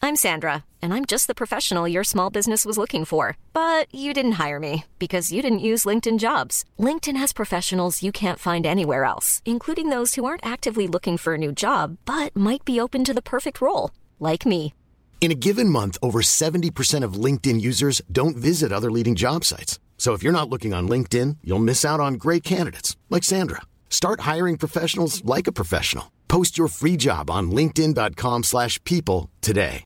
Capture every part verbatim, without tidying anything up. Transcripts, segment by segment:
I'm Sandra, and I'm just the professional your small business was looking for. But you didn't hire me because you didn't use LinkedIn Jobs. LinkedIn has professionals you can't find anywhere else, including those who aren't actively looking for a new job, but might be open to the perfect role, like me. In a given month, over seventy percent of LinkedIn users don't visit other leading job sites. So if you're not looking on LinkedIn, you'll miss out on great candidates like Sandra. Start hiring professionals like a professional. Post your free job on linkedin dot com slash people today.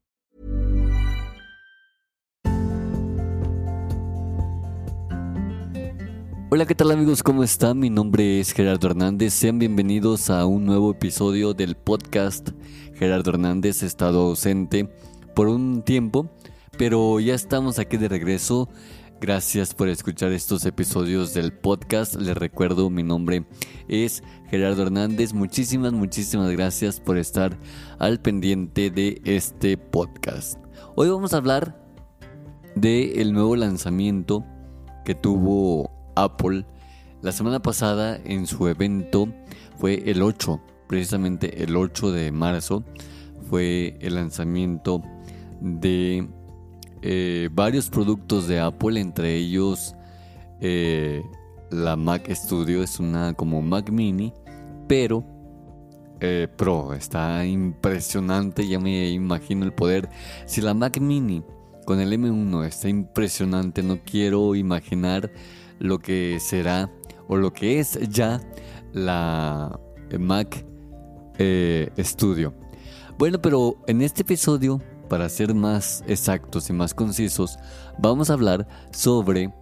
Hola, ¿qué tal amigos? ¿Cómo están? Mi nombre es Gerardo Hernández. Sean bienvenidos a un nuevo episodio del podcast. Gerardo Hernández ha estado ausente por un tiempo, pero ya estamos aquí de regreso. Gracias por escuchar estos episodios del podcast. Les recuerdo, mi nombre es Gerardo Hernández. Muchísimas, muchísimas gracias por estar al pendiente de este podcast. Hoy vamos a hablar del nuevo lanzamiento que tuvo Apple la semana pasada en su evento. Fue el ocho, precisamente el ocho de marzo. Fue el lanzamiento de eh, varios productos de Apple, entre ellos eh, la Mac Studio. Es una como Mac Mini, pero eh, Pro. Está impresionante, ya me imagino el poder. Si la Mac Mini con el eme uno está impresionante, no quiero imaginar lo que será o lo que es ya la Mac eh, Studio. Bueno, pero en este episodio, para ser más exactos y más concisos, vamos a hablar sobre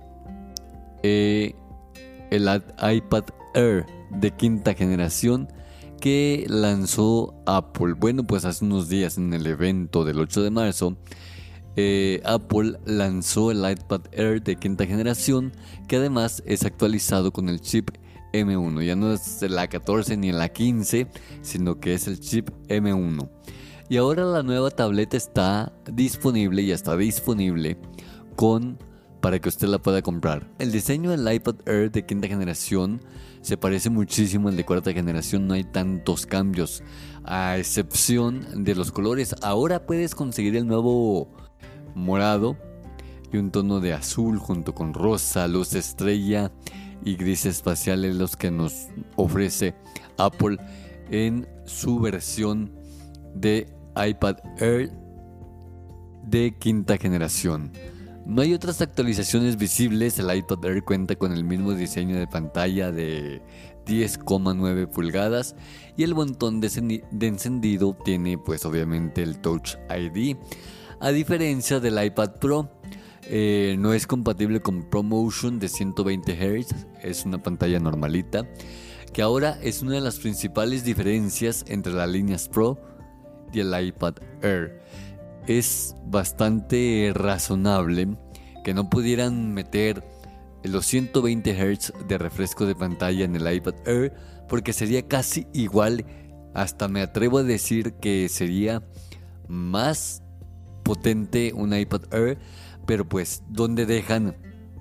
eh, el iPad Air de quinta generación que lanzó Apple. Bueno, pues hace unos días en el evento del ocho de marzo, Eh, Apple lanzó el iPad Air de quinta generación, que además es actualizado con el chip eme uno. Ya no es la catorce ni la quince, sino que es el chip eme uno. Y ahora la nueva tableta está disponible, ya está disponible con para que usted la pueda comprar. El diseño del iPad Air de quinta generación se parece muchísimo al de cuarta generación. No hay tantos cambios, a excepción de los colores. Ahora puedes conseguir el nuevo morado y un tono de azul junto con rosa, luz estrella y gris espacial, es los que nos ofrece Apple en su versión de iPad Air de quinta generación. No hay otras actualizaciones visibles. El iPad Air cuenta con el mismo diseño de pantalla de diez coma nueve pulgadas y el botón de encendido tiene pues obviamente el Touch I D. A diferencia del iPad Pro, eh, no es compatible con ProMotion de ciento veinte hertz, es una pantalla normalita, que ahora es una de las principales diferencias entre las líneas Pro y el iPad Air. Es bastante razonable que no pudieran meter los ciento veinte hertz de refresco de pantalla en el iPad Air, porque sería casi igual, hasta me atrevo a decir que sería más potente un iPad Air, pero pues ¿dónde dejan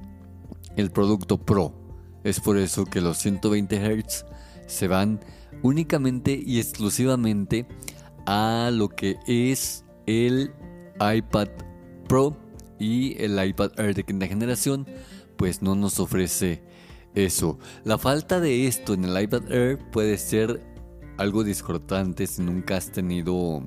el producto Pro? Es por eso que los ciento veinte hertz se van únicamente y exclusivamente a lo que es el iPad Pro, y el iPad Air de quinta generación pues no nos ofrece eso. La falta de esto en el iPad Air puede ser algo discordante si nunca has tenido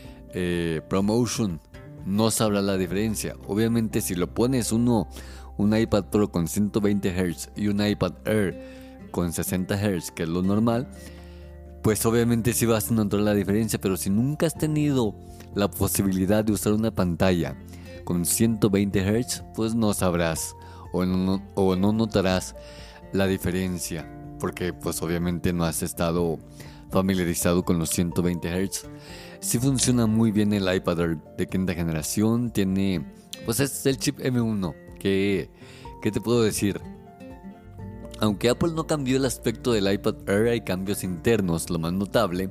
eh, ProMotion. No sabrá la diferencia. Obviamente si lo pones uno, un iPad Pro con ciento veinte hertz y un iPad Air con sesenta hertz, que es lo normal, pues obviamente sí vas a notar la diferencia. Pero si nunca has tenido la posibilidad de usar una pantalla con ciento veinte hertz, pues no sabrás o no, o no notarás la diferencia, porque pues obviamente no has estado familiarizado con los ciento veinte hertz. Sí funciona muy bien el iPad Air de quinta generación. Tiene, pues es el chip eme uno. que, ¿Qué te puedo decir? Aunque Apple no cambió el aspecto del iPad Air, hay cambios internos. Lo más notable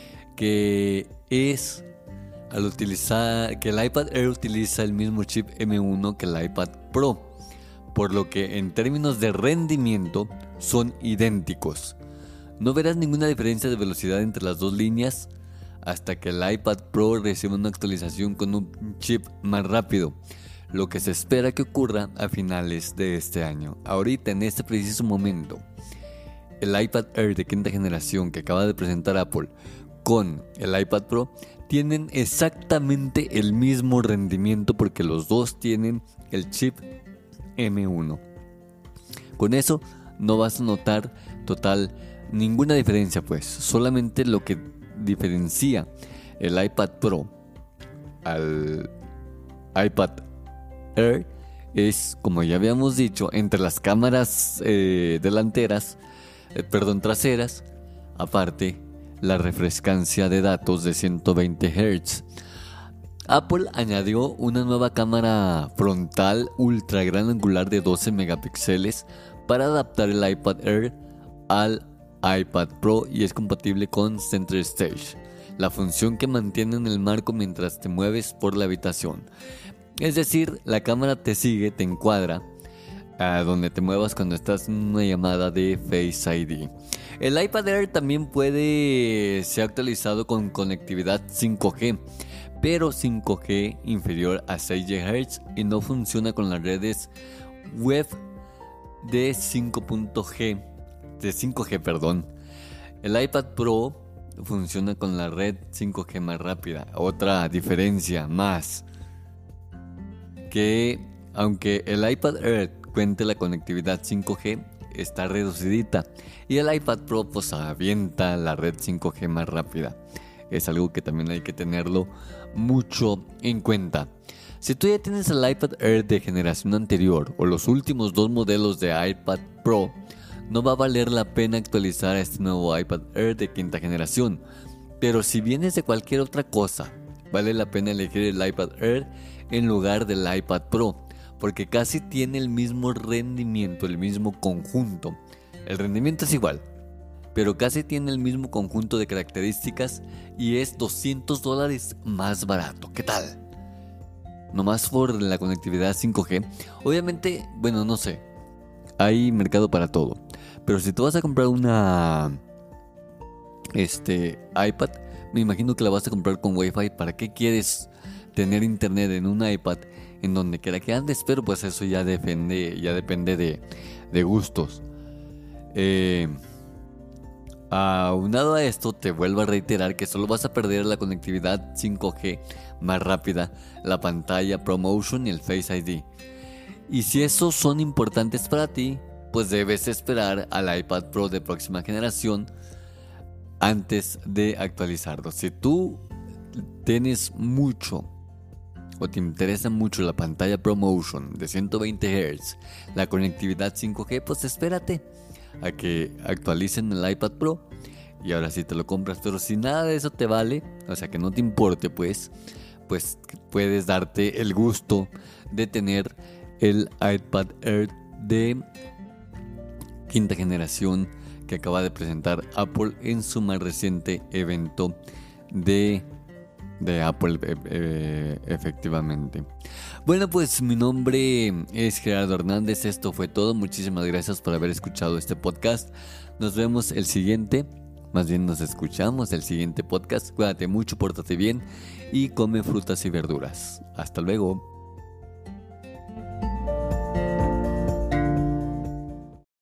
que es al utilizar que el iPad Air utiliza el mismo chip eme uno que el iPad Pro, por lo que en términos de rendimiento son idénticos. No verás ninguna diferencia de velocidad entre las dos líneas, hasta que el iPad Pro reciba una actualización con un chip más rápido, lo que se espera que ocurra a finales de este año. Ahorita, en este preciso momento, el iPad Air de quinta generación que acaba de presentar Apple con el iPad Pro tienen exactamente el mismo rendimiento, porque los dos tienen el chip eme uno. Con eso no vas a notar total ninguna diferencia, pues solamente lo que diferencia el iPad Pro al iPad Air es, como ya habíamos dicho, entre las cámaras eh, delanteras, eh, perdón, traseras, aparte la refrescancia de datos de ciento veinte hertz. Apple añadió una nueva cámara frontal ultra gran angular de doce megapíxeles para adaptar el iPad Air al iPad Pro y es compatible con Center Stage, la función que mantiene en el marco mientras te mueves por la habitación. Es decir, la cámara te sigue, te encuadra a donde te muevas cuando estás en una llamada de Face I D. El iPad Air también puede ser actualizado con conectividad cinco G, pero cinco G inferior a seis gigahertz y no funciona con las redes web de cinco G, de cinco G, perdón. El iPad Pro funciona con la red cinco G más rápida. Otra diferencia más, que aunque el iPad Air cuente la conectividad cinco G, está reducidita, y el iPad Pro pues avienta la red cinco G más rápida. Es algo que también hay que tenerlo mucho en cuenta. Si tú ya tienes el iPad Air de generación anterior o los últimos dos modelos de iPad Pro, no va a valer la pena actualizar a este nuevo iPad Air de quinta generación. Pero si vienes de cualquier otra cosa, vale la pena elegir el iPad Air en lugar del iPad Pro, porque casi tiene el mismo rendimiento, el mismo conjunto. El rendimiento es igual, pero casi tiene el mismo conjunto de características y es doscientos dólares más barato. ¿Qué tal? Nomás por la conectividad cinco G. Obviamente, bueno, no sé, hay mercado para todo, pero si tú vas a comprar una este iPad, me imagino que la vas a comprar con Wi-Fi. ¿Para qué quieres tener internet en un iPad en donde quiera que andes? Pero pues eso ya depende, ya depende de, de gustos. Eh, aunado a esto, te vuelvo a reiterar que solo vas a perder la conectividad cinco G más rápida, la pantalla ProMotion y el Face I D. Y si esos son importantes para ti, pues debes esperar al iPad Pro de próxima generación antes de actualizarlo. Si tú tienes mucho o te interesa mucho la pantalla ProMotion de ciento veinte hertz, la conectividad cinco G, pues espérate a que actualicen el iPad Pro y ahora sí te lo compras. Pero si nada de eso te vale, o sea que no te importe, pues pues puedes darte el gusto de tener el iPad Air de quinta generación que acaba de presentar Apple en su más reciente evento de, de Apple, eh, eh, efectivamente. Bueno, pues mi nombre es Gerardo Hernández. Esto fue todo. Muchísimas gracias por haber escuchado este podcast. Nos vemos el siguiente. Más bien nos escuchamos el siguiente podcast. Cuídate mucho, pórtate bien y come frutas y verduras. Hasta luego.